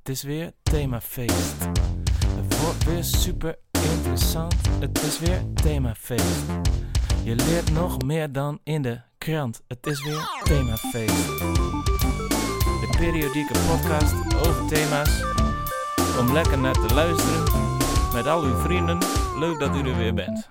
Het is weer themafeest. Het wordt weer super interessant. Het is weer themafeest. Je leert nog meer dan in de krant. Het is weer themafeest. De periodieke podcast over thema's. Om lekker naar te luisteren. Met al uw vrienden. Leuk dat u er weer bent.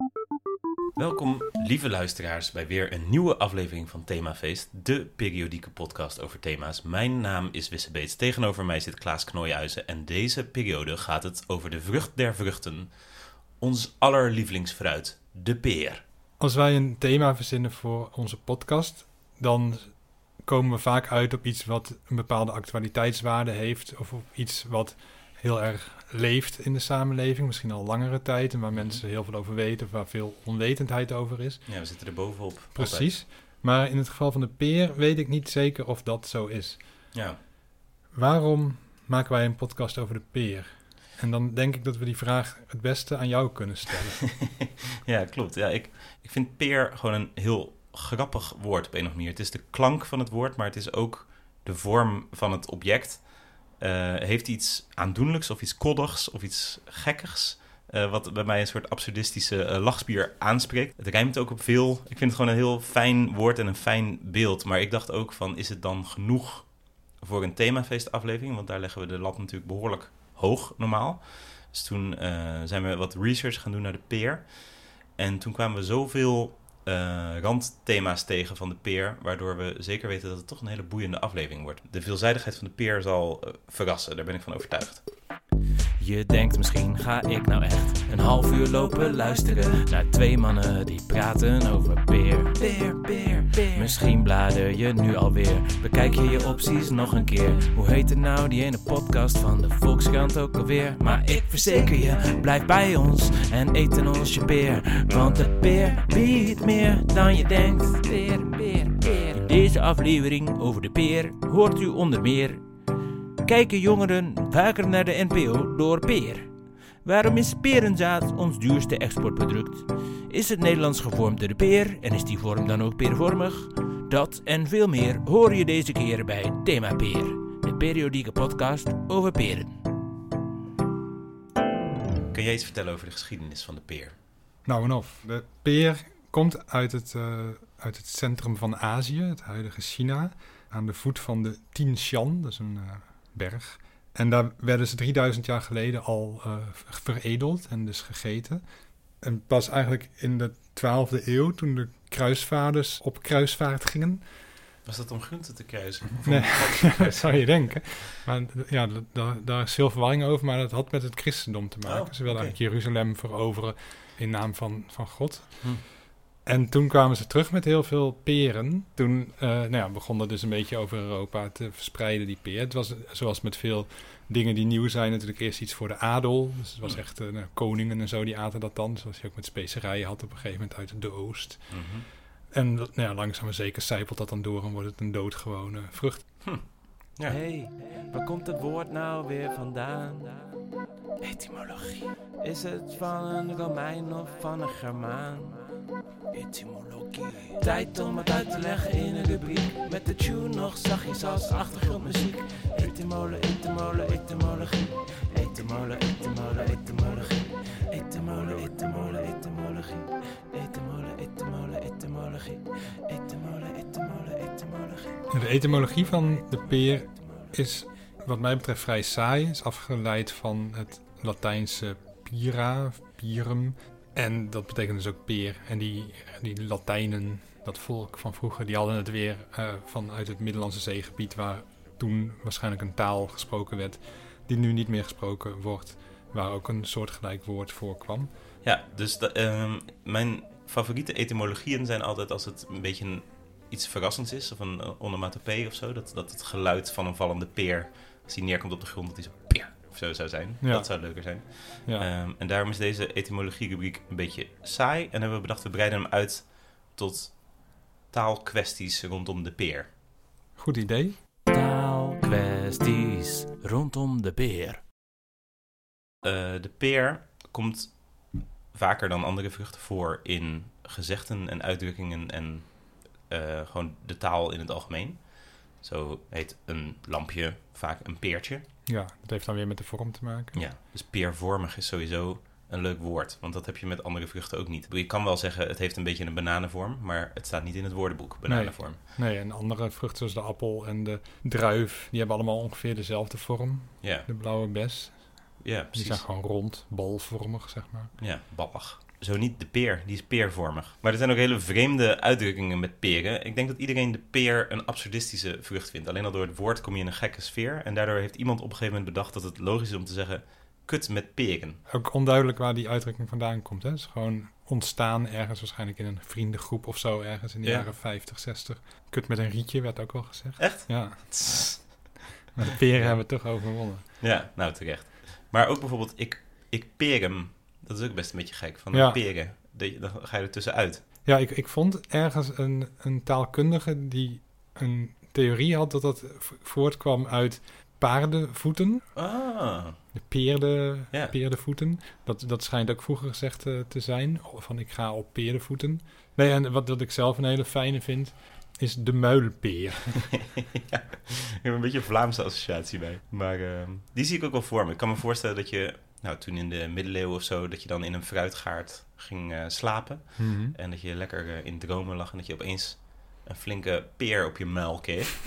Welkom, lieve luisteraars, bij weer een nieuwe aflevering van Themafeest, de periodieke podcast over thema's. Mijn naam is Wisse Beets, tegenover mij zit Klaas Knooihuizen en deze periode gaat het over de vrucht der vruchten, ons allerlievelingsfruit, de peer. Als wij een thema verzinnen voor onze podcast, dan komen we vaak uit op iets wat een bepaalde actualiteitswaarde heeft of op iets wat heel erg leeft in de samenleving, misschien al langere tijd, en waar mensen heel veel over weten, of waar veel onwetendheid over is. Ja, we zitten er bovenop. Precies. Altijd. Maar in het geval van de peer weet ik niet zeker of dat zo is. Ja. Waarom maken wij een podcast over de peer? En dan denk ik dat we die vraag het beste aan jou kunnen stellen. Ja, klopt. Ja, ik vind peer gewoon een heel grappig woord op een of andere manier. Het is de klank van het woord, maar het is ook de vorm van het object. Heeft iets aandoenlijks of iets koddigs of iets gekkigs, wat bij mij een soort absurdistische lachspier aanspreekt. Het rijmt ook op veel. Ik vind het gewoon een heel fijn woord en een fijn beeld. Maar ik dacht ook van, is het dan genoeg voor een themafeestaflevering? Want daar leggen we de lat natuurlijk behoorlijk hoog normaal. Dus toen zijn we wat research gaan doen naar de peer. En toen kwamen we zoveel randthema's tegen van de peer, waardoor we zeker weten dat het toch een hele boeiende aflevering wordt. De veelzijdigheid van de peer zal verrassen, daar ben ik van overtuigd. Je denkt misschien, ga ik nou echt een half uur lopen luisteren naar twee mannen die praten over peer. Peer. Misschien blader je nu alweer, bekijk je opties nog een keer. Hoe heet het nou, die ene podcast van de Volkskrant ook alweer? Maar ik verzeker je, blijf bij ons en eet in ons je peer. Want de peer biedt meer dan je denkt. Peer. In deze aflevering over de peer hoort u onder meer: kijken jongeren vaker naar de NPO door peer? Waarom is perenzaad ons duurste exportproduct? Is het Nederlands gevormd door de peer en is die vorm dan ook peervormig? Dat en veel meer hoor je deze keer bij Thema Peer, de periodieke podcast over peren. Kun jij iets vertellen over de geschiedenis van de peer? Nou en of. De peer komt uit het centrum van Azië, het huidige China, aan de voet van de Tian Shan, dat is een berg. En daar werden ze 3000 jaar geleden al veredeld en dus gegeten. En pas eigenlijk in de 12e eeuw, toen de kruisvaarders op kruisvaart gingen. Was dat om groenten te kruisen? Nee, dat zou je denken. Maar ja, daar is veel verwarring over, maar dat had met het christendom te maken. Ze wilden eigenlijk Jeruzalem veroveren in naam van God. En toen kwamen ze terug met heel veel peren. Toen begon dus een beetje over Europa te verspreiden, die peer. Het was zoals met veel dingen die nieuw zijn natuurlijk eerst iets voor de adel. Dus het was echt koningen en zo die aten dat dan. Zoals je ook met specerijen had op een gegeven moment uit de Oost. Mm-hmm. En langzaam maar zeker sijpelt dat dan door en wordt het een doodgewone vrucht. Ja. Hey, waar komt het woord nou weer vandaan? Etymologie. Is het van een Romein of van een Germaan? Etymologie. Tijd om het uit te leggen in een rubriek. Met de tune nog zachtjes als achtergrondmuziek. Etymologie. Etymologie. De etymologie van de peer is wat mij betreft vrij saai. Is afgeleid van het Latijnse pira, pirum. En dat betekent dus ook peer. En die Latijnen, dat volk van vroeger, die hadden het weer vanuit het Middellandse Zeegebied, waar toen waarschijnlijk een taal gesproken werd, die nu niet meer gesproken wordt, waar ook een soortgelijk woord voorkwam. Ja, dus mijn favoriete etymologieën zijn altijd als het een beetje iets verrassends is, of een onomatopee of zo, dat het geluid van een vallende peer, als die neerkomt op de grond, dat die zo peer of zo zou zijn. Ja. Dat zou leuker zijn. Ja. En daarom is deze etymologie-rubriek een beetje saai en hebben we bedacht, we breiden hem uit tot taalkwesties rondom de peer. Goed idee. Taalkwesties rondom de peer. De peer komt vaker dan andere vruchten voor in gezegden en uitdrukkingen en gewoon de taal in het algemeen. Zo heet een lampje vaak een peertje. Ja, dat heeft dan weer met de vorm te maken. Ja, dus peervormig is sowieso een leuk woord. Want dat heb je met andere vruchten ook niet. Je kan wel zeggen, het heeft een beetje een bananenvorm, maar het staat niet in het woordenboek, bananenvorm. Nee, en andere vruchten zoals de appel en de druif, die hebben allemaal ongeveer dezelfde vorm. Ja. De blauwe bes. Ja, precies. Die zijn gewoon rond, balvormig, zeg maar. Ja, ballig. Zo niet de peer, die is peervormig. Maar er zijn ook hele vreemde uitdrukkingen met peren. Ik denk dat iedereen de peer een absurdistische vrucht vindt. Alleen al door het woord kom je in een gekke sfeer. En daardoor heeft iemand op een gegeven moment bedacht dat het logisch is om te zeggen, kut met peren. Ook onduidelijk waar die uitdrukking vandaan komt. Hè? Het is gewoon ontstaan ergens, waarschijnlijk in een vriendengroep of zo, ergens in de jaren 50, 60. Kut met een rietje, werd ook al gezegd. Echt? Ja. Maar de peren hebben we toch overwonnen. Ja, nou terecht. Maar ook bijvoorbeeld, ik peer hem. Dat is ook best een beetje gek, van peren. Dan ga je er tussenuit. Ja, ik vond ergens een taalkundige die een theorie had dat voortkwam uit paardenvoeten. Ah. De peerdevoeten. Dat schijnt ook vroeger gezegd te zijn. Van ik ga op peerdevoeten. Nee, en wat ik zelf een hele fijne vind, is de muilpeer. Ja, ik heb een beetje een Vlaamse associatie bij. Maar die zie ik ook wel voor me. Ik kan me voorstellen dat je, toen in de middeleeuwen of zo, dat je dan in een fruitgaard ging slapen. Mm-hmm. En dat je lekker in dromen lag en dat je opeens een flinke peer op je muil kreeg.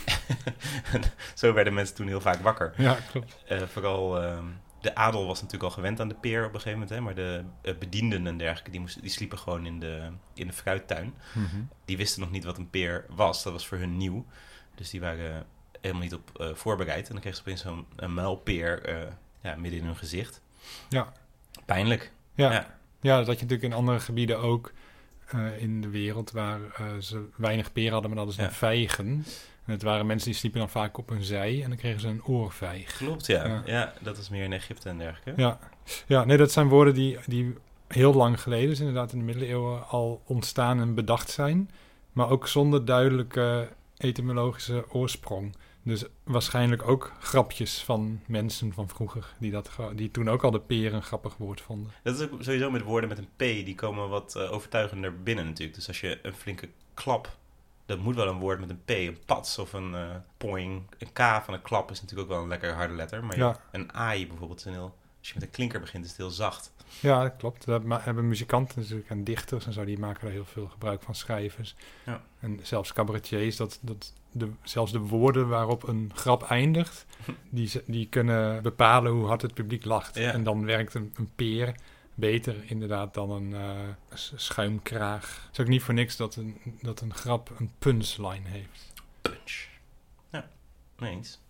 Zo werden mensen toen heel vaak wakker. Ja, klopt. Vooral de adel was natuurlijk al gewend aan de peer op een gegeven moment. Hè, maar de bedienden en dergelijke, die sliepen gewoon in de fruittuin. Mm-hmm. Die wisten nog niet wat een peer was. Dat was voor hun nieuw. Dus die waren helemaal niet op voorbereid. En dan kregen ze opeens een muilpeer midden in hun gezicht. Ja. Pijnlijk. Ja, dat had je natuurlijk in andere gebieden ook in de wereld waar ze weinig peren hadden, maar hadden ze dan vijgen. En het waren mensen die sliepen dan vaak op hun zij en dan kregen ze een oorvijg. Klopt, ja. Ja, dat was meer in Egypte en dergelijke. Ja, nee, dat zijn woorden die heel lang geleden, dus inderdaad in de middeleeuwen, al ontstaan en bedacht zijn. Maar ook zonder duidelijke etymologische oorsprong. Dus waarschijnlijk ook grapjes van mensen van vroeger die toen ook al de peer een grappig woord vonden. Dat is ook sowieso met woorden met een P, die komen wat overtuigender binnen natuurlijk. Dus als je een flinke klap, dat moet wel een woord met een P, een pats of een poing. Een K van een klap is natuurlijk ook wel een lekker harde letter. Maar een AI bijvoorbeeld, als je met een klinker begint, is het heel zacht. Ja, dat klopt. Dat hebben muzikanten natuurlijk en dichters en zo, die maken er heel veel gebruik van, schrijvers. Ja. En zelfs cabaretiers, zelfs de woorden waarop een grap eindigt, die kunnen bepalen hoe hard het publiek lacht. Ja. En dan werkt een peer beter inderdaad dan een schuimkraag. Het is ook niet voor niks dat een grap een punchline heeft. Punch. Ja, mee eens.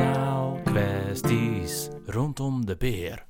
Taalkwesties rondom de peer.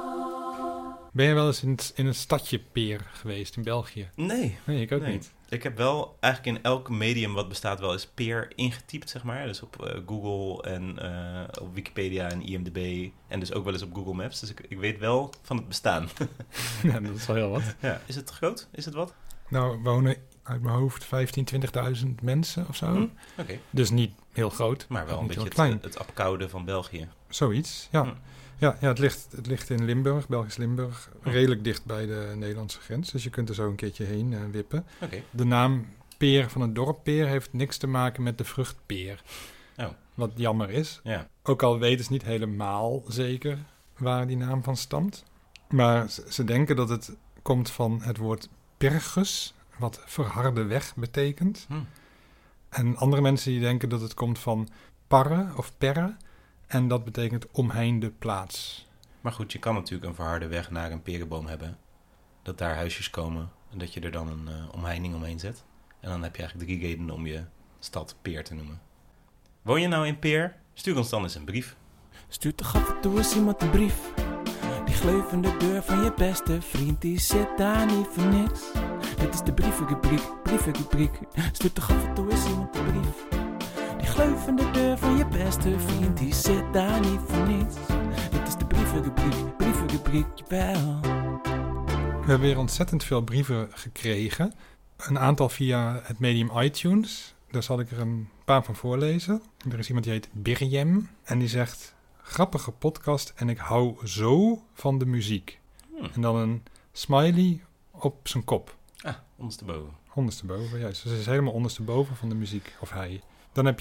Ben je wel eens in een stadje Peer geweest in België? Nee, ik ook niet. Ik heb wel eigenlijk in elk medium wat bestaat wel eens peer ingetypt, zeg maar. Dus op Google en op Wikipedia en IMDb en dus ook wel eens op Google Maps. Dus ik weet wel van het bestaan. Ja, dat is wel heel wat. Ja. Is het groot? Is het wat? Nou, wonen uit mijn hoofd 15.000, 20.000 mensen of zo. Okay. Dus niet heel groot. Maar wel een beetje klein. Het Apkoude van België. Zoiets, ja. Ja, het ligt in Limburg, Belgisch Limburg, redelijk dicht bij de Nederlandse grens. Dus je kunt er zo een keertje heen wippen. Okay. De naam Peer van het dorp Peer heeft niks te maken met de vrucht peer. Oh. Wat jammer is. Ja. Ook al weten ze niet helemaal zeker waar die naam van stamt. Maar ze denken dat het komt van het woord pergus, wat verharde weg betekent. En andere mensen die denken dat het komt van parre of perre. En dat betekent omheinde plaats. Maar goed, je kan natuurlijk een verharde weg naar een perenboom hebben. Dat daar huisjes komen en dat je er dan een omheining omheen zet. En dan heb je eigenlijk 3 redenen om je stad Peer te noemen. Woon je nou in Peer? Stuur ons dan eens een brief. Stuur toch af en toe eens iemand een brief. Die gleuvende deur van je beste vriend, die zit daar niet voor niks. Dit is de brievenrubriek. Stuur toch af en toe eens iemand een brief. Die gleuvende deur van je beste vriend, die zit daar niet voor niets. Dit is de brievenrubriek, jawel. We hebben weer ontzettend veel brieven gekregen. Een aantal via het medium iTunes. Daar zal ik er een paar van voorlezen. Er is iemand die heet Birjem en die zegt: grappige podcast en ik hou zo van de muziek. En dan een smiley op zijn kop. Ondersteboven. Ondersteboven, juist. Dus het is helemaal ondersteboven van de muziek, of hij. Dan heb je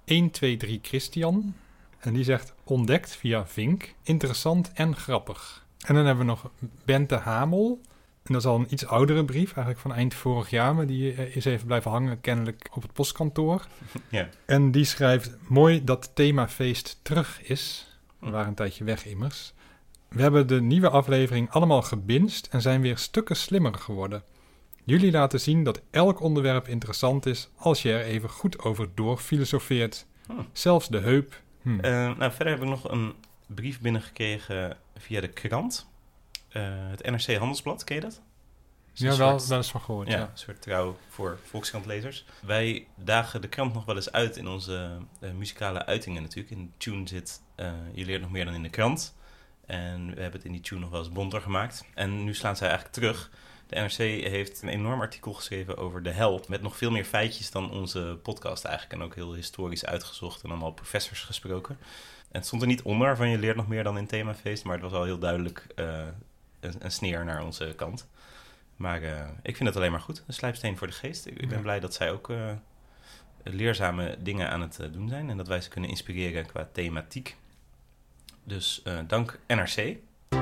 123 Christian. En die zegt, ontdekt via Vink, interessant en grappig. En dan hebben we nog Bente Hamel. En dat is al een iets oudere brief, eigenlijk van eind vorig jaar. Maar die is even blijven hangen, kennelijk op het postkantoor. Ja. En die schrijft, mooi dat het themafeest terug is. We waren een tijdje weg immers. We hebben de nieuwe aflevering allemaal gebinged en zijn weer stukken slimmer geworden. Jullie laten zien dat elk onderwerp interessant is als je er even goed over doorfilosofeert. Zelfs de heup. Verder heb ik nog een brief binnengekregen via de krant. Het NRC Handelsblad, ken je dat? Ja, wel eens van gehoord. Ja, een soort trouw voor Volkskrant-lezers. Wij dagen de krant nog wel eens uit in onze muzikale uitingen natuurlijk. In de tune zit, je leert nog meer dan in de krant. En we hebben het in die tune nog wel eens bonter gemaakt. En nu slaan zij eigenlijk terug. De NRC heeft een enorm artikel geschreven over de hel. Met nog veel meer feitjes dan onze podcast eigenlijk. En ook heel historisch uitgezocht en allemaal professors gesproken. En het stond er niet onder van je leert nog meer dan in themafeest. Maar het was al heel duidelijk een sneer naar onze kant. Maar ik vind het alleen maar goed. Een slijpsteen voor de geest. Ik ben blij dat zij ook leerzame dingen aan het doen zijn. En dat wij ze kunnen inspireren qua thematiek. Dus dank NRC.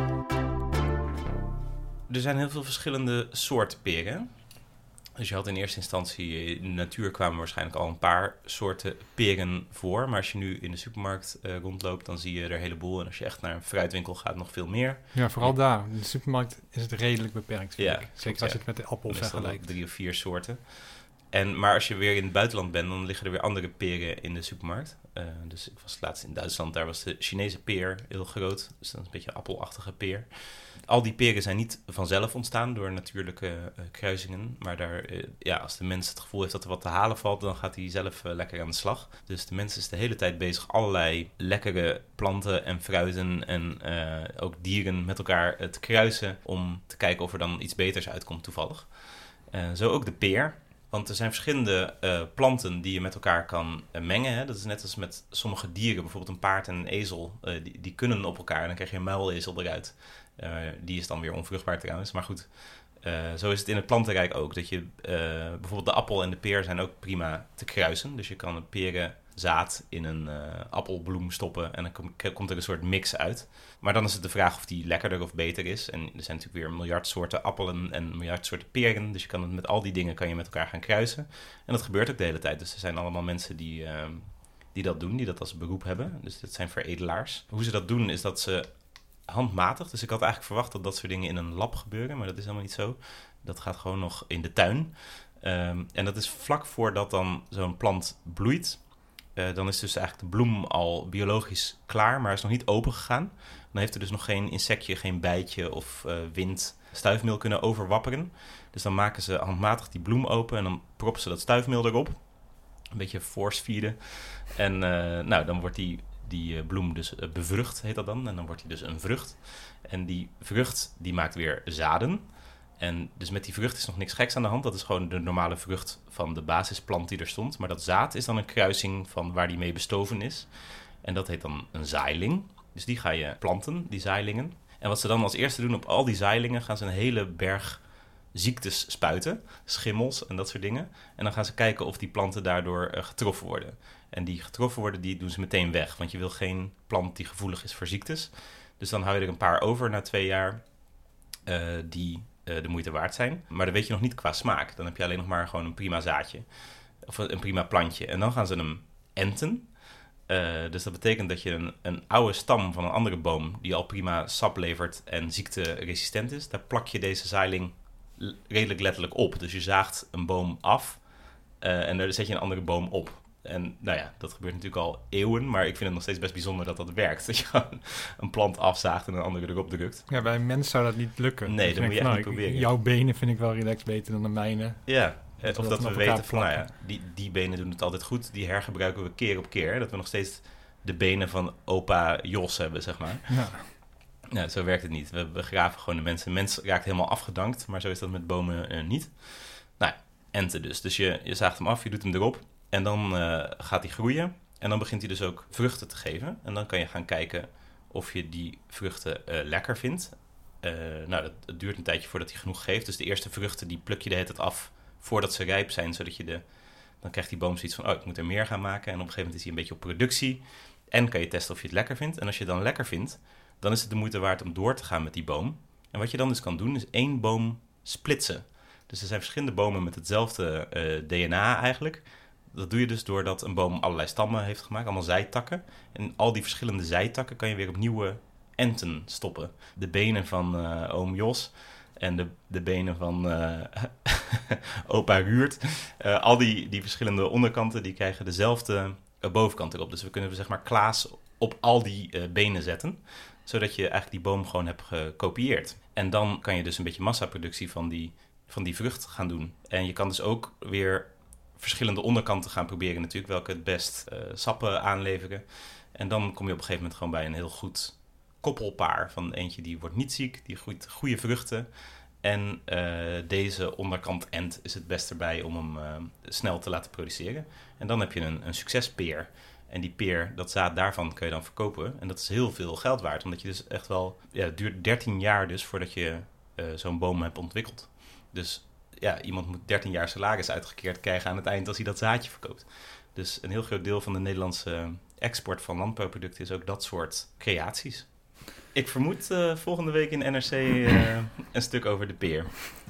Er zijn heel veel verschillende soorten peren. Dus je had in eerste instantie, in de natuur kwamen waarschijnlijk al een paar soorten peren voor. Maar als je nu in de supermarkt rondloopt, dan zie je er een heleboel. En als je echt naar een fruitwinkel gaat, nog veel meer. Ja, vooral daar. In de supermarkt is het redelijk beperkt. Ja, zeker als je het met de appel vergelijkt. 3 of 4 soorten. Maar als je weer in het buitenland bent, dan liggen er weer andere peren in de supermarkt. Dus ik was laatst in Duitsland, daar was de Chinese peer heel groot. Dus dat is een beetje een appelachtige peer. Al die peren zijn niet vanzelf ontstaan door natuurlijke kruisingen. Maar daar, als de mens het gevoel heeft dat er wat te halen valt, dan gaat hij zelf lekker aan de slag. Dus de mens is de hele tijd bezig allerlei lekkere planten en fruiten en ook dieren met elkaar te kruisen om te kijken of er dan iets beters uitkomt toevallig. Zo ook de peer. Want er zijn verschillende planten die je met elkaar kan mengen. Hè? Dat is net als met sommige dieren. Bijvoorbeeld een paard en een ezel. Die kunnen op elkaar. En dan krijg je een muilezel eruit. Die is dan weer onvruchtbaar trouwens. Maar goed, zo is het in het plantenrijk ook. Dat je bijvoorbeeld de appel en de peer zijn ook prima te kruisen. Dus je kan een perenzaad in een appelbloem stoppen. En dan komt er een soort mix uit. Maar dan is het de vraag of die lekkerder of beter is. En er zijn natuurlijk weer 1 miljard soorten appelen en 1 miljard soorten peren. Dus je kan het met al die dingen kan je met elkaar gaan kruisen. En dat gebeurt ook de hele tijd. Dus er zijn allemaal mensen die dat doen, die dat als beroep hebben. Dus dat zijn veredelaars. Hoe ze dat doen is dat ze handmatig. Dus ik had eigenlijk verwacht dat dat soort dingen in een lab gebeuren. Maar dat is helemaal niet zo. Dat gaat gewoon nog in de tuin. En dat is vlak voordat dan zo'n plant bloeit. Dan is dus eigenlijk de bloem al biologisch klaar, maar is nog niet open gegaan. Dan heeft er dus nog geen insectje, geen bijtje of wind stuifmeel kunnen overwapperen. Dus dan maken ze handmatig die bloem open en dan proppen ze dat stuifmeel erop. Een beetje force feeden. En dan wordt die bloem dus bevrucht, heet dat dan. En dan wordt die dus een vrucht. En die vrucht die maakt weer zaden. En dus met die vrucht is nog niks geks aan de hand. Dat is gewoon de normale vrucht van de basisplant die er stond. Maar dat zaad is dan een kruising van waar die mee bestoven is. En dat heet dan een zaailing. Dus die ga je planten, die zaailingen. En wat ze dan als eerste doen op al die zaailingen, gaan ze een hele berg ziektes spuiten. Schimmels en dat soort dingen. En dan gaan ze kijken of die planten daardoor getroffen worden. En die getroffen worden, die doen ze meteen weg. Want je wil geen plant die gevoelig is voor ziektes. Dus dan hou je er een paar over na 2 jaar die de moeite waard zijn. Maar dan weet je nog niet qua smaak. Dan heb je alleen nog maar gewoon een prima zaadje. Of een prima plantje. En dan gaan ze hem enten. Dus dat betekent dat je een oude stam van een andere boom, die al prima sap levert en ziekteresistent is, daar plak je deze zaailing redelijk letterlijk op. Dus je zaagt een boom af en daar zet je een andere boom op. En nou ja, dat gebeurt natuurlijk al eeuwen, maar ik vind het nog steeds best bijzonder dat dat werkt. Dat je gewoon een plant afzaagt en een andere erop drukt. Ja, bij een mens zou dat niet lukken. Nee, dat moet je echt niet proberen. Jouw benen vind ik wel relaxed beter dan de mijne. Ja, of dat we weten van, die benen doen het altijd goed. Die hergebruiken we keer op keer. Dat we nog steeds de benen van opa Jos hebben, zeg maar. Ja. Nou, zo werkt het niet. We begraven gewoon de mensen. De mens raakt helemaal afgedankt, maar zo is dat met bomen niet. Nou, enten dus. Dus je zaagt hem af, je doet hem erop. En dan gaat hij groeien. En dan begint hij dus ook vruchten te geven. En dan kan je gaan kijken of je die vruchten lekker vindt. Het duurt een tijdje voordat hij genoeg geeft. Dus de eerste vruchten die pluk je de hele tijd af voordat ze rijp zijn. Zodat je de Dan krijgt die boom zoiets van, ik moet er meer gaan maken. En op een gegeven moment is hij een beetje op productie. En kan je testen of je het lekker vindt. En als je het dan lekker vindt, dan is het de moeite waard om door te gaan met die boom. En wat je dan dus kan doen, is 1 boom splitsen. Dus er zijn verschillende bomen met hetzelfde DNA eigenlijk. Dat doe je dus doordat een boom allerlei stammen heeft gemaakt, allemaal zijtakken. En al die verschillende zijtakken kan je weer op nieuwe enten stoppen. De benen van oom Jos en de benen van opa Ruurt. Al die verschillende onderkanten die krijgen dezelfde bovenkant erop. Dus we kunnen zeg maar Klaas op al die benen zetten, zodat je eigenlijk die boom gewoon hebt gekopieerd. En dan kan je dus een beetje massaproductie van die vrucht gaan doen. En je kan dus ook weer verschillende onderkanten gaan proberen natuurlijk, welke het best sappen aanleveren. En dan kom je op een gegeven moment gewoon bij een heel goed koppelpaar van eentje die wordt niet ziek, die groeit goede vruchten. En deze onderkant end is het best erbij om hem snel te laten produceren. En dan heb je een succespeer. En die peer, dat zaad daarvan kun je dan verkopen. En dat is heel veel geld waard. Omdat je dus echt wel... Ja, het duurt 13 jaar dus voordat je zo'n boom hebt ontwikkeld. Dus ja, iemand moet 13 jaar salaris uitgekeerd krijgen aan het eind als hij dat zaadje verkoopt. Dus een heel groot deel van de Nederlandse export van landbouwproducten is ook dat soort creaties. Ik vermoed volgende week in NRC een stuk over de peer.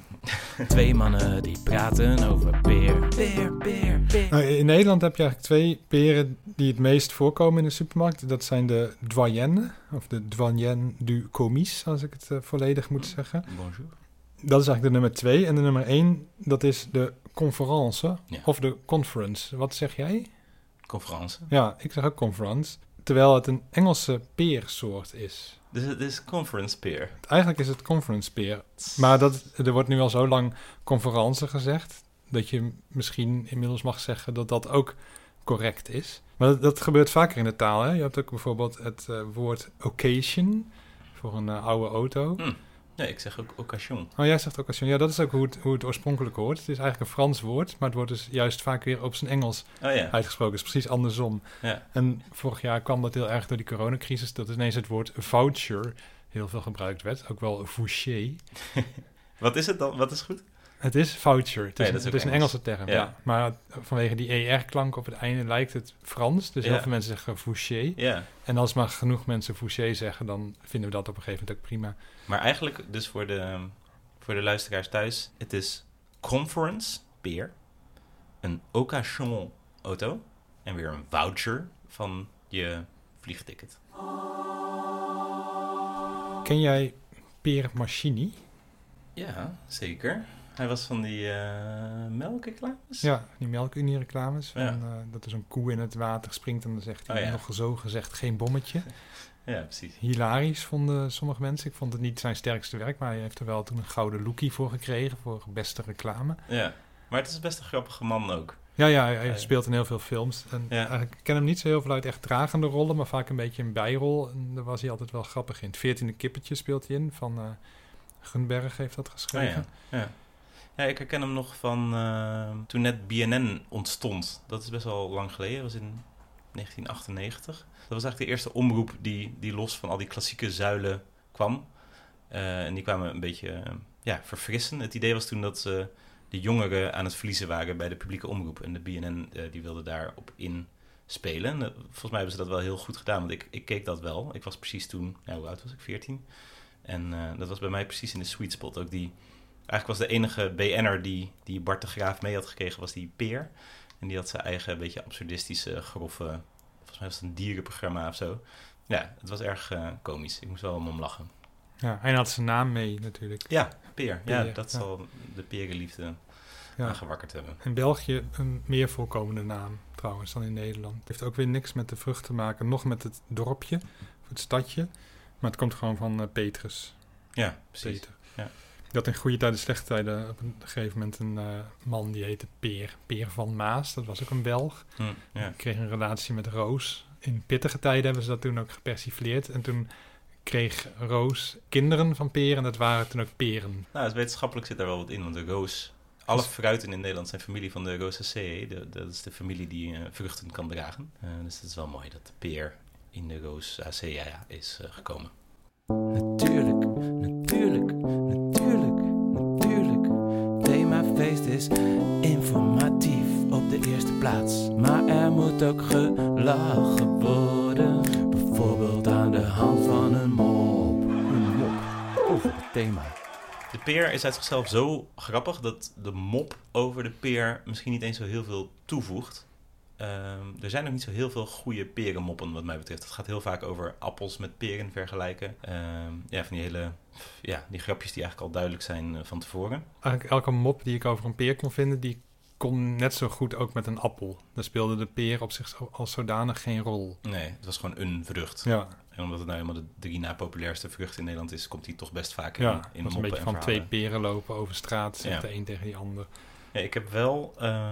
2 mannen die praten over peer. Nou, in Nederland heb je eigenlijk 2 peren die het meest voorkomen in de supermarkt. Dat zijn de doyenne, of de doyenne du comice, als ik het volledig moet zeggen. Bonjour. Dat is eigenlijk de nummer 2. En de nummer 1, dat is de conference, Ja. of de conference. Wat zeg jij? Conference. Ja, ik zeg ook conference. Terwijl het een Engelse peersoort is. Dus het is conference peer. Eigenlijk is het conference peer. Maar er wordt nu al zo lang conference gezegd, dat je misschien inmiddels mag zeggen dat dat ook correct is. Maar dat gebeurt vaker in de taal. Hè? Je hebt ook bijvoorbeeld het woord occasion voor een oude auto. Nee, ik zeg ook occasion. Oh, jij zegt occasion. Ja, dat is ook hoe het oorspronkelijk hoort. Het is eigenlijk een Frans woord, maar het wordt dus juist vaak weer op zijn Engels uitgesproken. Het is precies andersom. Ja. En vorig jaar kwam dat heel erg door die coronacrisis, dat ineens het woord voucher heel veel gebruikt werd. Ook wel voucher. Wat is het dan? Wat is goed? Het is voucher. Het is, dat is ook het is een Engels. Engelse term. Ja. Ja. Maar vanwege die ER-klank op het einde lijkt het Frans. Dus heel veel mensen zeggen voucher. Ja. En als maar genoeg mensen voucher zeggen, dan vinden we dat op een gegeven moment ook prima. Maar eigenlijk, dus voor de luisteraars thuis, het is conference, peer, een occasion auto en weer een voucher van je vliegticket. Ken jij Pierre Machini? Ja, zeker. Hij was van die melkreclames? Ja, die melkunie-reclames. Ja. Dat er zo'n koe in het water springt en dan zegt hij nog zo gezegd geen bommetje. Ja, precies. Hilarisch vonden sommige mensen. Ik vond het niet zijn sterkste werk, maar hij heeft er wel toen een gouden lookie voor gekregen, voor beste reclame. Ja, maar het is best een grappige man ook. Ja, hij speelt in heel veel films. En eigenlijk, ik ken hem niet zo heel veel uit echt dragende rollen, maar vaak een beetje een bijrol. En daar was hij altijd wel grappig in. Het 14e kippetje speelt hij in, van Gunberg heeft dat geschreven. Ja, ik herken hem nog van toen net BNN ontstond. Dat is best wel lang geleden, dat was in 1998. Dat was eigenlijk de eerste omroep die los van al die klassieke zuilen kwam. En die kwamen een beetje verfrissen. Het idee was toen dat de jongeren aan het verliezen waren bij de publieke omroep. En de BNN die wilde daarop inspelen. En, volgens mij hebben ze dat wel heel goed gedaan, want ik keek dat wel. Ik was precies toen, hoe oud was ik? 14. En dat was bij mij precies in de sweet spot. Ook eigenlijk was de enige BN'er die Bart de Graaf mee had gekregen, was die Peer. En die had zijn eigen beetje absurdistische, grove, volgens mij was het een dierenprogramma of zo. Ja, het was erg komisch. Ik moest wel om hem lachen. Ja, hij had zijn naam mee natuurlijk. Ja, Peer. Ja, dat zal de perenliefde aangewakkerd hebben. In België een meer voorkomende naam trouwens dan in Nederland. Het heeft ook weer niks met de vrucht te maken, nog met het dorpje, of het stadje. Maar het komt gewoon van Petrus. Ja, precies. Peter. Ja. Dat in goede tijden, slechte tijden, op een gegeven moment een man die heette Peer. Peer van Maas, dat was ook een Belg. Die kreeg een relatie met Roos. In pittige tijden hebben ze dat toen ook gepersifleerd. En toen kreeg Roos kinderen van Peer en dat waren toen ook peren. Nou, wetenschappelijk zit daar wel wat in, want de roos... Alle fruiten in Nederland zijn familie van de Rosaceae. Dat is de familie die vruchten kan dragen. Dus het is wel mooi dat de peer in de Rosaceae is gekomen. Natuurlijk. Themafeest is informatief op de eerste plaats. Maar er moet ook gelachen worden. Bijvoorbeeld aan de hand van een mop. Een mop over het thema. De peer is uit zichzelf zo grappig dat de mop over de peer misschien niet eens zo heel veel toevoegt. Er zijn nog niet zo heel veel goede perenmoppen wat mij betreft. Het gaat heel vaak over appels met peren vergelijken. Van die hele die grapjes die eigenlijk al duidelijk zijn van tevoren. Eigenlijk elke mop die ik over een peer kon vinden, die kon net zo goed ook met een appel. Daar speelde de peer op zich als zodanig geen rol. Nee, het was gewoon een vrucht. Ja. En omdat het nou helemaal de 3 na populairste vrucht in Nederland is, komt die toch best vaak in Ja, in dat is een beetje van 2 peren lopen over straat, zegt de een tegen die ander. Ja, ik heb wel...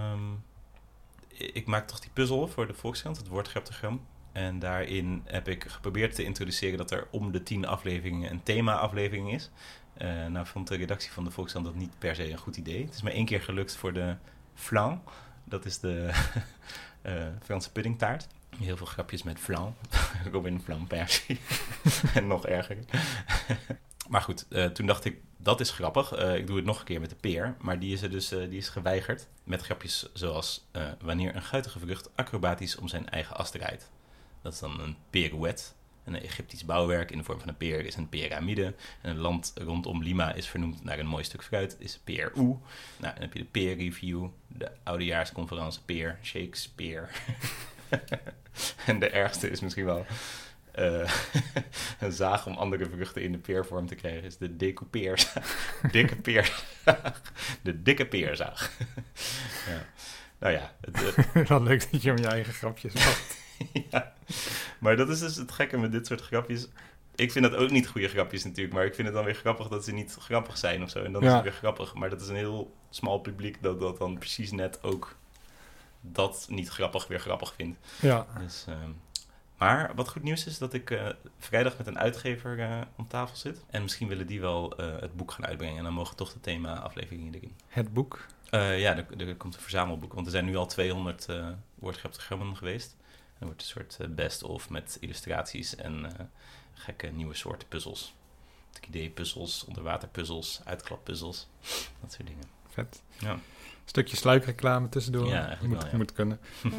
ik maak toch die puzzel voor de Volkskrant, het woordgraptogram. En daarin heb ik geprobeerd te introduceren dat er om de 10 afleveringen een thema-aflevering is. Nou vond de redactie van de Volkskrant dat niet per se een goed idee. Het is maar 1 keer gelukt voor de flan. Dat is de Franse puddingtaart. Heel veel grapjes met flan. Robin Flan Persie. En nog erger. Maar goed, toen dacht ik, dat is grappig. Ik doe het nog een keer met de peer. Maar die is geweigerd. Met grapjes zoals wanneer een guitige vrucht acrobatisch om zijn eigen as draait. Dat is dan een pirouette. Een Egyptisch bouwwerk in de vorm van een peer is een piramide. En een land rondom Lima is vernoemd naar een mooi stuk fruit. Is Peru. Nou, dan heb je de peer review. De oudejaarsconferentie peer. Shakespeare. En de ergste is misschien wel... een zaag om andere vruchten in de peervorm te krijgen is de decoupeerzaag. Dikke peerzaag. De dikke peerzaag. Ja. Nou ja. Wat leuk dat je om je eigen grapjes pakt. Ja. Maar dat is dus het gekke met dit soort grapjes. Ik vind dat ook niet goede grapjes natuurlijk, maar ik vind het dan weer grappig dat ze niet grappig zijn of zo. En dan is het weer grappig. Maar dat is een heel smal publiek dat dan precies net ook dat niet grappig weer grappig vindt. Ja. Dus... Maar wat goed nieuws is dat ik vrijdag met een uitgever om tafel zit. En misschien willen die wel het boek gaan uitbrengen. En dan mogen toch de thema-afleveringen erin. Het boek? Er komt een verzamelboek. Want er zijn nu al 200 woordgraptogrammen geweest. Er wordt een soort best-of met illustraties en gekke nieuwe soorten puzzels. 3D-puzzels, onderwaterpuzzels, uitklappuzzels. Dat soort dingen. Vet. Ja. Een stukje sluikreclame tussendoor. Ja, eigenlijk wel, ja. Moet kunnen.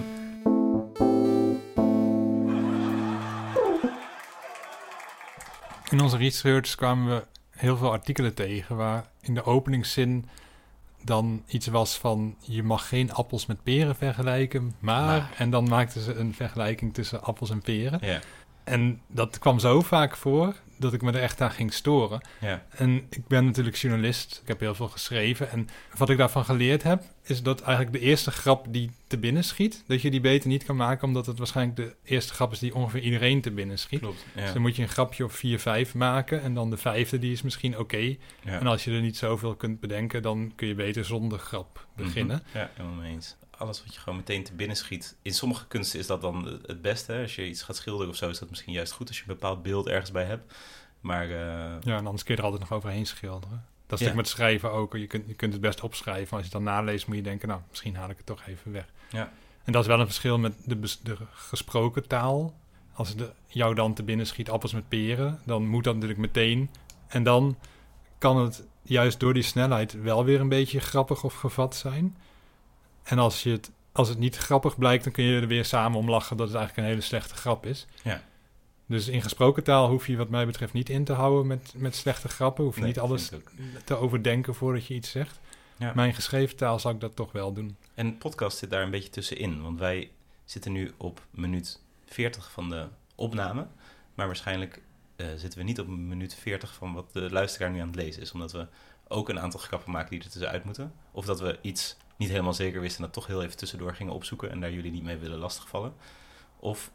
In onze research kwamen we heel veel artikelen tegen waar in de openingszin dan iets was van je mag geen appels met peren vergelijken, maar... En dan maakten ze een vergelijking tussen appels en peren. Ja. En dat kwam zo vaak voor dat ik me er echt aan ging storen. Ja. En ik ben natuurlijk journalist, ik heb heel veel geschreven. En wat ik daarvan geleerd heb, is dat eigenlijk de eerste grap die te binnen schiet, dat je die beter niet kan maken, omdat het waarschijnlijk de eerste grap is die ongeveer iedereen te binnen schiet. Klopt, ja. Dus dan moet je een grapje of 4, 5 maken en dan de 5e die is misschien oké. Ja. En als je er niet zoveel kunt bedenken, dan kun je beter zonder grap beginnen. Mm-hmm. Ja, helemaal mee eens. Alles wat je gewoon meteen te binnen schiet. In sommige kunsten is dat dan het beste. Hè? Als je iets gaat schilderen of zo, is dat misschien juist goed als je een bepaald beeld ergens bij hebt. Maar, ja, en anders kun je er altijd nog overheen schilderen. Dat is natuurlijk met schrijven ook. Je kunt het best opschrijven. Als je het dan naleest, moet je denken, nou, misschien haal ik het toch even weg. Ja. En dat is wel een verschil met de gesproken taal. Als het jou dan te binnen schiet appels met peren, dan moet dat natuurlijk meteen. En dan kan het juist door die snelheid wel weer een beetje grappig of gevat zijn. En als het niet grappig blijkt, dan kun je er weer samen om lachen dat het eigenlijk een hele slechte grap is. Ja. Dus in gesproken taal hoef je wat mij betreft niet in te houden met slechte grappen. Hoef je niet alles te overdenken voordat je iets zegt. Ja. Maar in geschreven taal zou ik dat toch wel doen. En podcast zit daar een beetje tussenin. Want wij zitten nu op minuut 40 van de opname. Maar waarschijnlijk zitten we niet op minuut 40 van wat de luisteraar nu aan het lezen is. Omdat we ook een aantal grappen maken die er tussenuit moeten. Of dat we iets niet helemaal zeker wisten en dat toch heel even tussendoor gingen opzoeken. En daar jullie niet mee willen lastigvallen. Of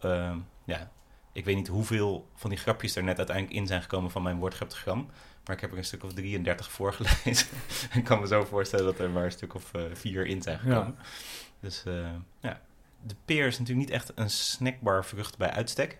ik weet niet hoeveel van die grapjes er net uiteindelijk in zijn gekomen van mijn woordgraptogram. Maar ik heb er een stuk of 33 voorgelezen. Ik kan me zo voorstellen dat er maar een stuk of 4 in zijn gekomen. Ja. Dus de peer is natuurlijk niet echt een snackbar vrucht bij uitstek.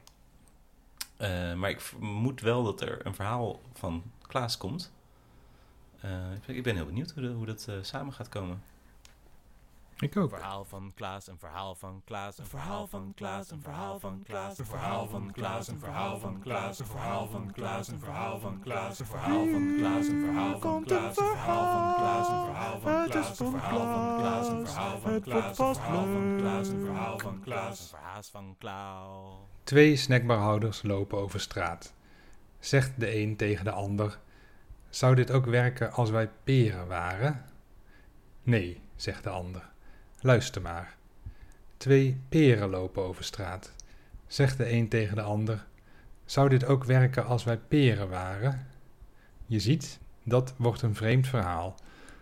Maar ik vermoed wel dat er een verhaal van Klaas komt. Ik ben heel benieuwd hoe dat samen gaat komen. Ik ook. Een verhaal van Klaas, een verhaal van Klaas, een verhaal van Klaas, een verhaal van Klaas, een verhaal van Klaas, een verhaal van Klaas, een verhaal van Klaas, een verhaal van Klaas, een verhaal van Klaas, een verhaal van Klaas, een verhaal van Klaas, een verhaal van Klaas, een verhaal van Klaas, een verhaal van Klaas, een verhaal van Klaas, een verhaal van Klaas, een verhaal van Klaas. 2 snackbarhouders lopen over straat. Zegt de een tegen de ander: zou dit ook werken als wij peren waren? Nee, zegt de ander. Luister maar. 2 peren lopen over straat. Zegt de een tegen de ander: zou dit ook werken als wij peren waren? Je ziet, dat wordt een vreemd verhaal.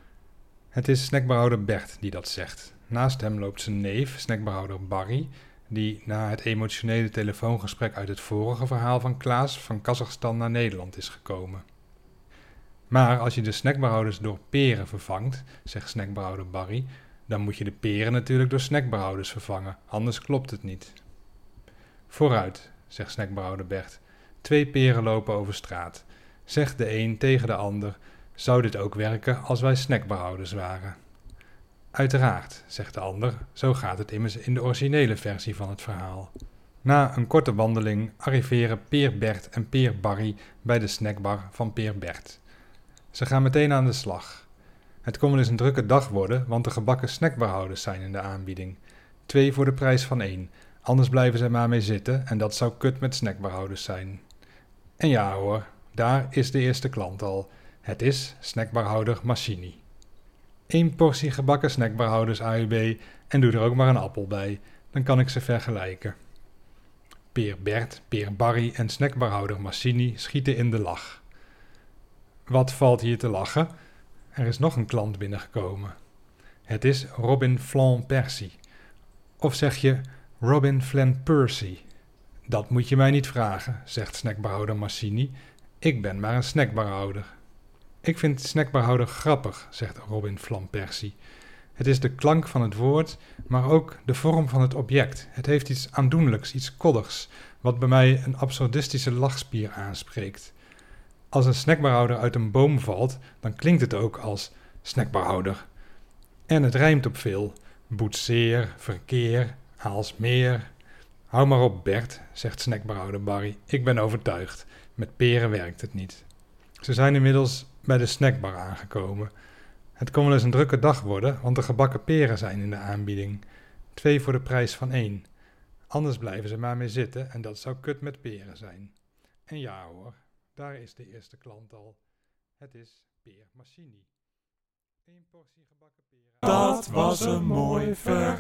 Het is snackbarhouder Bert die dat zegt. Naast hem loopt zijn neef, snackbarhouder Barry, die na het emotionele telefoongesprek uit het vorige verhaal van Klaas van Kazachstan naar Nederland is gekomen. Maar als je de snackbarhouders door peren vervangt, zegt snackbarhouder Barry, dan moet je de peren natuurlijk door snackbarhouders vervangen, anders klopt het niet. Vooruit, zegt snackbarhouder Bert. 2 peren lopen over straat. Zegt de een tegen de ander: zou dit ook werken als wij snackbarhouders waren? Uiteraard, zegt de ander, zo gaat het immers in de originele versie van het verhaal. Na een korte wandeling arriveren Peer Bert en Peer Barry bij de snackbar van Peer Bert. Ze gaan meteen aan de slag. Het kon wel eens een drukke dag worden, want de gebakken snackbarhouders zijn in de aanbieding. 2 voor de prijs van 1, anders blijven ze maar mee zitten en dat zou kut met snackbarhouders zijn. En ja hoor, daar is de eerste klant al. Het is snackbarhouder Massini. 1 portie gebakken snackbarhouders AUB en doe er ook maar een appel bij, dan kan ik ze vergelijken. Peer Bert, Peer Barry en snackbarhouder Massini schieten in de lach. Wat valt hier te lachen? Er is nog een klant binnengekomen. Het is Robin Flan Percy. Of zeg je Robin Flan Percy? Dat moet je mij niet vragen, zegt snackbarhouder Massini. Ik ben maar een snackbarhouder. Ik vind snackbarhouder grappig, zegt Robin Flan Percy. Het is de klank van het woord, maar ook de vorm van het object. Het heeft iets aandoenlijks, iets koddigs, wat bij mij een absurdistische lachspier aanspreekt. Als een snackbarhouder uit een boom valt, dan klinkt het ook als snackbarhouder. En het rijmt op veel. Boetseer, verkeer, Aalsmeer. Hou maar op Bert, zegt snackbarhouder Barry. Ik ben overtuigd. Met peren werkt het niet. Ze zijn inmiddels bij de snackbar aangekomen. Het kon wel eens een drukke dag worden, want de gebakken peren zijn in de aanbieding. 2 voor de prijs van 1. Anders blijven ze maar mee zitten en dat zou kut met peren zijn. En ja hoor, daar is de eerste klant al. Het is Peer Massini. 1 portie gebakken peren. Dat was een mooi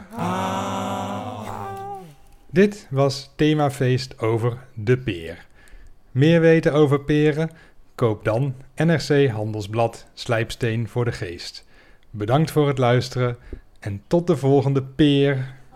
verhaal. Dit was Themafeest over de peer. Meer weten over peren? Koop dan NRC Handelsblad Slijpsteen voor de Geest. Bedankt voor het luisteren en tot de volgende peer.